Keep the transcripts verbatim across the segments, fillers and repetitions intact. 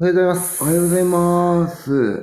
おはようございます。 おはようございます。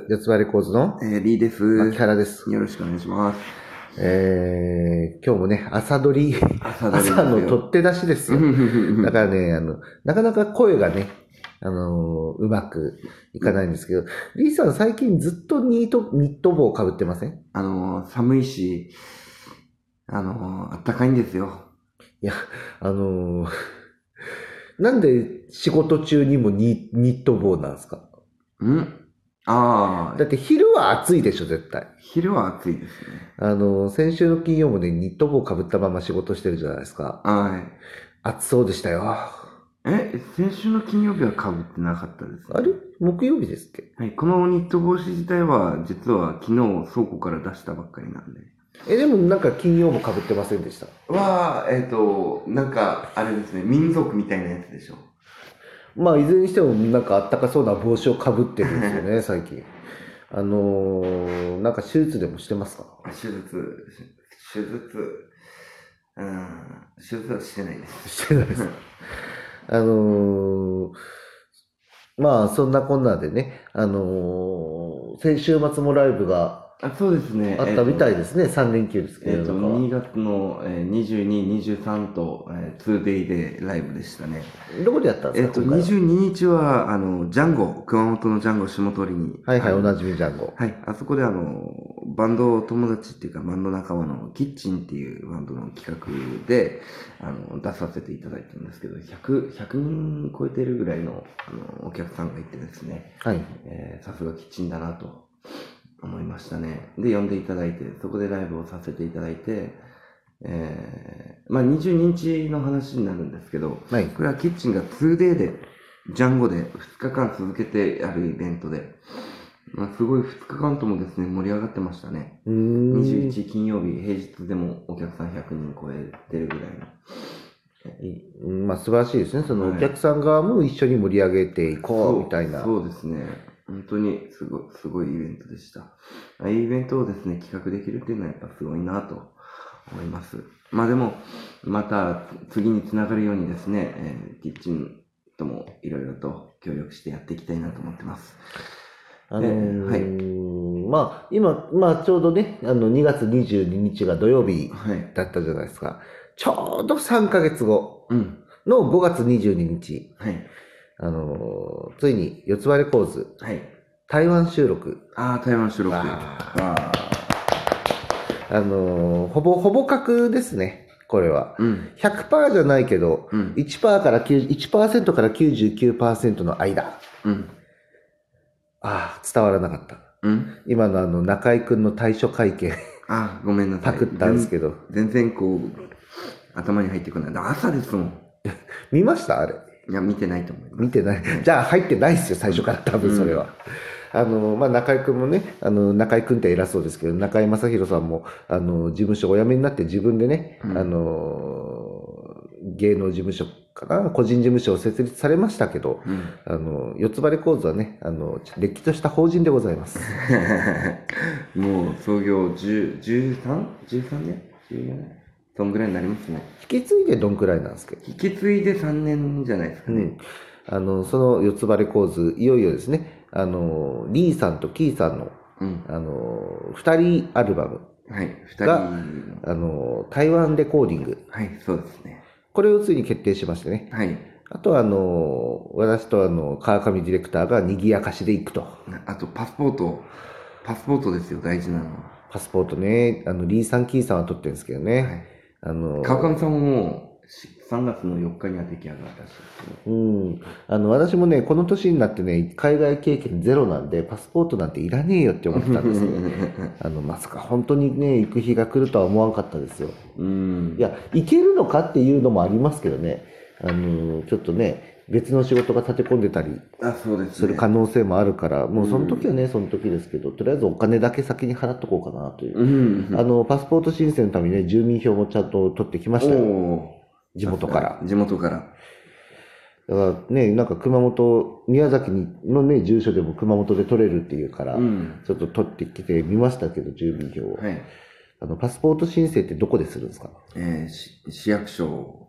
四つ葉レコーズの、 えー、リーです。 牧原です。 よろしくお願いします。 えー、今日もね、朝撮り、 朝撮り朝の取って出しですよ。だからね、あの、なかなか声がね、あのー、うまくいかないんですけど、リーさん最近ずっとニート、ニット帽被ってません？ あのー、寒いし、あのー、あったかいんですよ。 いや、あのー、なんで仕事中にもニニット帽なんですか？ んああ。 だって昼は暑いでしょ、絶対。 昼は暑いですね。 あの、先週の金曜もね、ニット帽被ったまま仕事してるじゃないですか。 はい。 暑そうでしたよ。 え、先週の金曜日は被ってなかったですね。 あれ木曜日ですっけ？ はい、このニット帽子自体は、実は昨日倉庫から出したばっかりなんで。 え、でもなんか金曜も被ってませんでした？ は、えっと、なんか、あれですね、民族みたいなやつでしょ。 まあ、いずれにしてもなんかあったかそうな帽子を被ってるんですよね、最近。あのー、なんか手術でもしてますか？ 手術、手術、うん、手術はしてないです。 してないです。あのー、まあ、そんなこんなでね、あのー、先週末もライブがあ、そうですね。 あったみたいですね、さん連休ですけど、 えっと、にがつのにじゅうに、にじゅうさんと、えー、ツーデイでライブでしたね。 どこでやったんですか、 えっと、 今回は。 にじゅうににちは、あの、ジャンゴ、熊本のジャンゴ下通りに。 はいはい、 あのおなじみジャンゴ。 はい、あそこであの、バンド友達っていうか、バンド仲間のキッチンっていうバンドの企画で、あの、出させていただいたんですけど、ひゃく、ひゃくにん超えてるぐらいの、あの、お客さんがいてですね、 はい。 えーさすがキッチンだなと思いましたね。で、呼んでいただいて、そこでライブをさせていただいて、えー、まあにじゅうににちの話になるんですけど、 はい。 これはキッチンが ツーデイ で、ジャンゴでふつかかん続けてやるイベントで、まあ、すごいふつかかんともですね、盛り上がってましたね。 うーん。 にじゅういち金曜日、平日でもお客さんひゃくにん超えてるぐらいの。 いまあ素晴らしいですね。そのはいお客さん側も一緒に盛り上げていこうみたいな。 そうそうですね。本当にすごい、すごいイベントでした。ああいうイベントをですね、企画できるっていうのはやっぱすごいなと思います。まあでも、また次につながるようにですね、えーキッチンともいろいろと協力してやっていきたいなと思ってます。 あのーはいまあ今、まあちょうどね、あのにがつにじゅうににちが土曜日はい。 だったじゃないですか。ちょうどさんかげつごうん。 のごがつにじゅうににち、 はい。 あのーついに四つ葉レコーズはい。 台湾収録。 ああ、台湾収録。 あああのーほぼほぼ確ですね。これは。 うん。 ひゃくパーセントじゃないけど、 うんいちパーセントからきゅういちパーセントからきゅうじゅうきゅうパーセントの間。 うん。 ああ、伝わらなかった。 うん。 今のあの、中井くんの対処会見、 あーごめんなさい。 パクったんですけど。 全全然こう、頭に入ってこない。朝ですもん。 見ましたあれ。 いや、見てないと思います。 見てない。じゃあ入ってないですよ、最初から多分それは。あの、まあ、中井くんもね、あの、中井くんって偉そうですけど、中井正宏さんも、あの、事務所お辞めになって自分でね、 うんあの、芸能事務所かな、個人事務所を設立されましたけど、 うん。 あの、四つ葉レコーズはね、あの、れっきとした法人でございます。 もう創業じゅう、じゅうさん? じゅうさんねん ?じゅうよねんそんぐらいになりますね。 引き継いでどんくらいなんですけど。 引き継いでさんねんじゃないですかね。 うん。あの、その四つ葉レコーズ、いよいよですね、あの、リーさんとキーさんの、 うん。 あの、二人アルバムはい。二人が、 の。 あの、台湾レコーディング。 はい、そうですね。 これをついに決定しましてね。 はい。 あとは、あの、私とあの、川上ディレクターが賑やかしで行くと。 あと、パスポート。パスポートですよ、大事なのは。 パスポートね、あの、リーさん、キーさんは取ってるんですけどね。 はい。 あの、 川上さんももう、さんがつのよっかには出来上がったし。 うん。あの、私もね、この年になってね、海外経験ゼロなんで、パスポートなんていらねえよって思ってたんですよ。あの、まさか本当にね、行く日が来るとは思わんかったですよ。 うん。 いや、行けるのかっていうのもありますけどね、あの、ちょっとね、別の仕事が立て込んでたりあ、そうですね。 する可能性もあるから、もうその時はね、その時ですけど、とりあえずお金だけ先に払っとこうかなという。 うん。 あの、パスポート申請のためにね、住民票もちゃんと取ってきましたよ。 おー地元から。 地元から。 だからね、なんか熊本、宮崎のね、住所でも熊本で取れるっていうから、 うん。 ちょっと取ってきてみましたけど、住民票を。 はい。 あの、パスポート申請ってどこでするんですか？ えーし市役所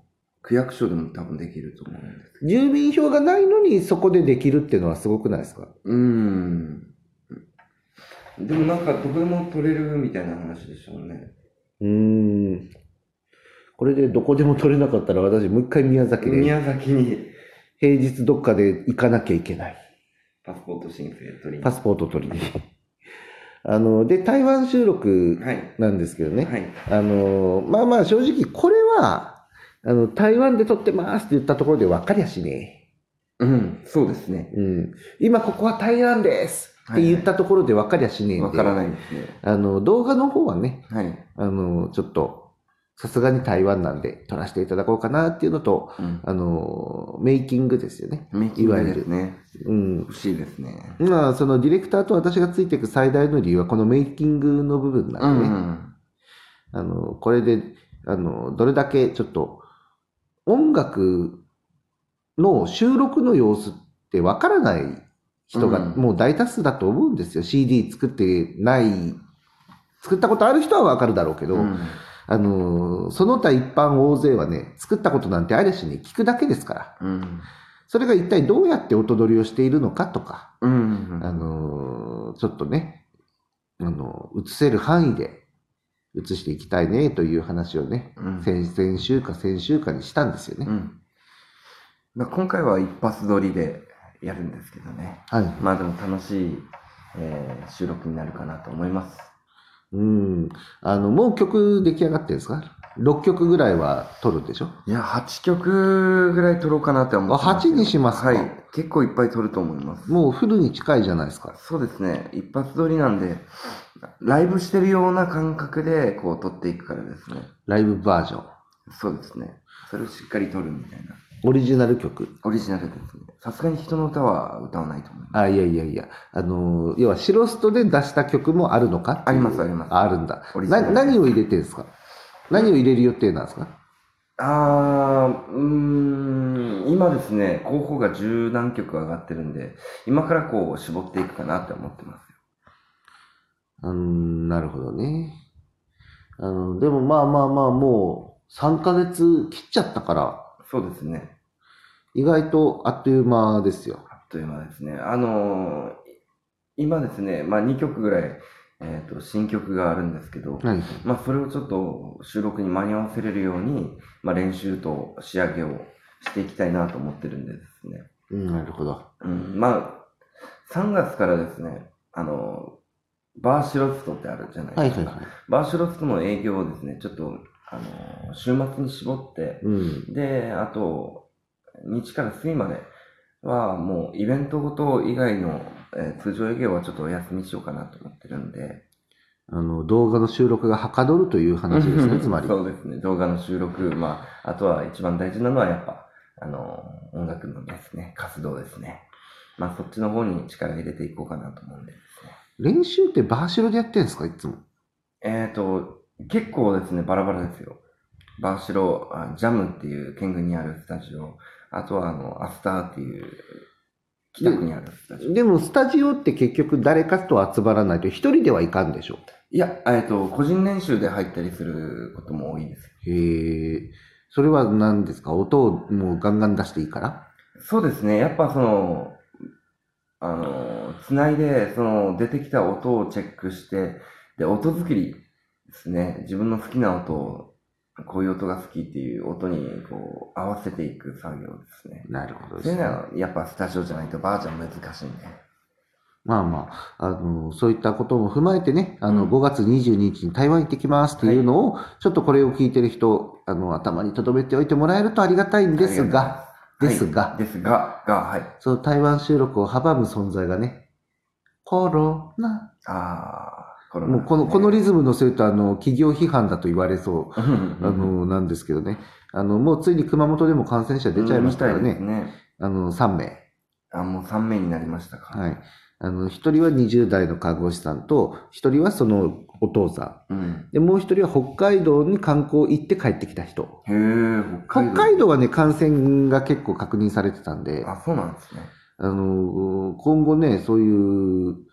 区役所でも多分できると思うんですけど。 住民票がないのにそこでできるっていうのはすごくないですか？ うーん。でもなんかどこでも取れるみたいな話でしょうね。 うーん。これでどこでも取れなかったら私もう一回宮崎で宮崎に平日どっかで行かなきゃいけない。 パスポート申請取りに。 パスポート取りに。あの、で、台湾収録はい。 なんですけどね。 はい。 あの、まあまあ正直これは、あの、台湾で撮ってますって言ったところで分かりゃしねうん、そうですね。 え。うん。今ここは台湾ですって言ったところで分かりゃしねえんで。 わからないですね。 あの、動画の方はね、 はい。 あの、ちょっと、さすがに台湾なんで撮らせていただこうかなっていうのと、 うん。 あの、メイキングですよね。 メイキングいわゆる。 ですね。 うん。 欲しいですね。 まあ、そのディレクターと私がついていく最大の理由はこのメイキングの部分うなんでね。 ん。 あの、これで、あの、どれだけちょっと、音楽の収録の様子ってわからない人がうんもう大多数だと思うんですよ。シーディー 作ってない、作ったことある人はわかるだろうけど、 うん。 あの、その他一般大勢はね、作ったことなんてありゃしね、聞くだけですから。 うん。 それが一体どうやって音取りをしているのかとか、 うん。 あの、ちょっとね、あの、映せる範囲で映していきたいねという話をね、 うん。 先々週か先週かにしたんですよね。 うん。まあ、今回は一発撮りでやるんですけどね。 はい。 まあでも楽しい、えー収録になるかなと思います。 うん。あの、もう曲出来上がってるんですか？ ろっ 曲ぐらいは撮るでしょ？ いや、はちきょくぐらい撮ろうかなって思ってますけど。 あはちにしますか？ はい。結構いっぱい撮ると思います。 もうフルに近いじゃないですか。 そうですね。一発撮りなんで、ライブしてるような感覚で、こう撮っていくからですね。 ライブバージョン。 そうですね。それをしっかり撮るみたいな。 オリジナル曲。 オリジナルですね。さすがに人の歌は歌わないと思います。 あ、いやいやいや。あの、要は、シロストで出した曲もあるのかっていうありますありますあるんだオリ。ジナな、 ル何を入れてるんですか？何を入れる予定なんですか？ あー、うーん、今ですね、候補が十何曲上がってるんで、今からこう絞っていくかなって思ってますよ。 うーん、なるほどね。あの、でもまあまあまあ、もうさんかげつ切っちゃったから、 そうですね。 意外とあっという間ですよ。 あっという間ですね。あのー今ですね、まあにきょくぐらい、えっと、新曲があるんですけど、 はい。 まあそれをちょっと収録に間に合わせれるように、まあ練習と仕上げをしていきたいなと思ってるんでですね。 うん、なるほど。 うん、まあ、さんがつからですね、あの、バーシロストってあるじゃないですか。 はいはいはい。 バーシロストの営業をですね、ちょっと、あの、週末に絞って、 うん。 で、あと、日から水までは、もうイベントごと以外の、えー通常営業はちょっとお休みしようかなと思ってるんで。 あの、動画の収録がはかどるという話ですね、つまり。 そうですね、動画の収録、まあ、あとは一番大事なのはやっぱ、あの、音楽のですね、活動ですね。まあ、そっちの方に力入れていこうかなと思うんでですね。 練習ってバーシロでやってるんですか、いつも。 えっと、結構ですね、バラバラですよ。バーシロ、あジャムっていう県軍にあるスタジオ、あとはあの、アスターっていう北区にあるスタジオ。 でも、スタジオって結局誰かと集まらないと一人ではいかんでしょ。 いや、えっと、個人練習で入ったりすることも多いです。 へえ。それは何ですか？音をもうガンガン出していいから？ そうですね、やっぱその、あの、つないで、その、出てきた音をチェックして、で、音作りですね。自分の好きな音を、こういう音が好きっていう音に、こう、合わせていく作業ですね。 なるほどでそういうすね。 のは、やっぱスタジオじゃないとバージョン難しいんで。 まあまあ、あの、そういったことも踏まえてね、あの、 うんごがつにじゅうににちに台湾行ってきますっていうのを、ちょっとこれを聞いてる人、あの、頭に留めておいてもらえるとありがたいんですが、ですがはいですが、が、はい。 その台湾収録を阻む存在がね、コロナ。 ああ、コロナもうこの、このリズム乗せると、あの、企業批判だと言われそう、 ああの、なんですけどね。あの、もうついに熊本でも感染者出ちゃいましたからね。 みたいですね。 あの、さんめい。 あ、もうさんめいになりましたか。 はい。あの、一人はにじゅうだいの看護師さんと、一人はそのお父さうん。 ん。で、もう一人は北海道に観光行って帰ってきた人。 へえ、北海道。 北海道はね、感染が結構確認されてたんで、 あ、そうなんですね。 あの、今後ね、そういう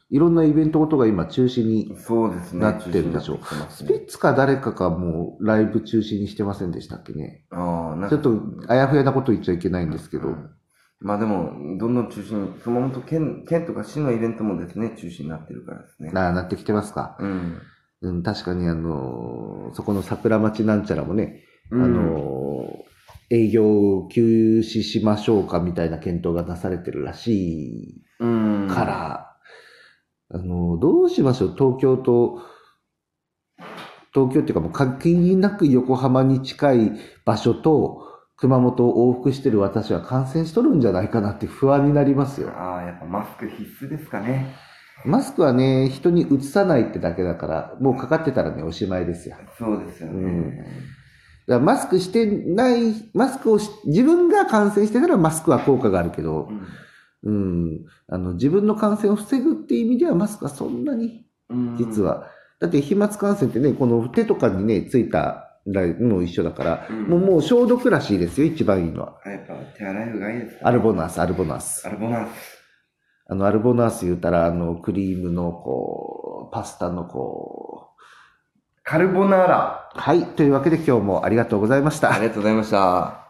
いろんなイベントごとが今中止にそうですね。 なってるでしょう。 中止になってきてますスピね。 ッツか誰かがもうライブ中止にしてませんでしたっけね。 ああ、なんかちょっとあやふやなこと言っちゃいけないんですけど。 うんまあでも、どんどん中止に、熊本県、県とか市のイベントもですね、中止になってるからですね。 ああ、なってきてますか。 うん。 うん、確かにあのーそこの桜町なんちゃらもね、 うんあのー営業を休止しましょうかみたいな検討がなされてるらしうん。 いから、あのーどうしましょう、東京と、東京っていうかもう限りなく横浜に近い場所と熊本を往復してる私は感染しとるんじゃないかなって不安になりますよ。 ああ、やっぱマスク必須ですかね。 マスクはね、人にうつさないってだけだから、もうかかってたらね、おしまいですよ。 そうですよね。 うんだからマスクしてない、マスクをし、自分が感染してたらマスクは効果があるけど、うん、あの、自分の感染を防ぐっていう意味ではマスクはそんなに、 うん実。は。だって飛沫感染ってね、この手とかにね、ついたのも一緒だから、 うんもうもう消毒らしいですよ、一番いいのは。 やっぱ手洗い方がいいですかね。 アルボナース、アルボナースア。ルボナース。 あの、アルボナース言うたら、あの、クリームの、こう、パスタの、こカルボナーラ。 う、はい。というわけで今日もありがとうございましたあり。がとうございました。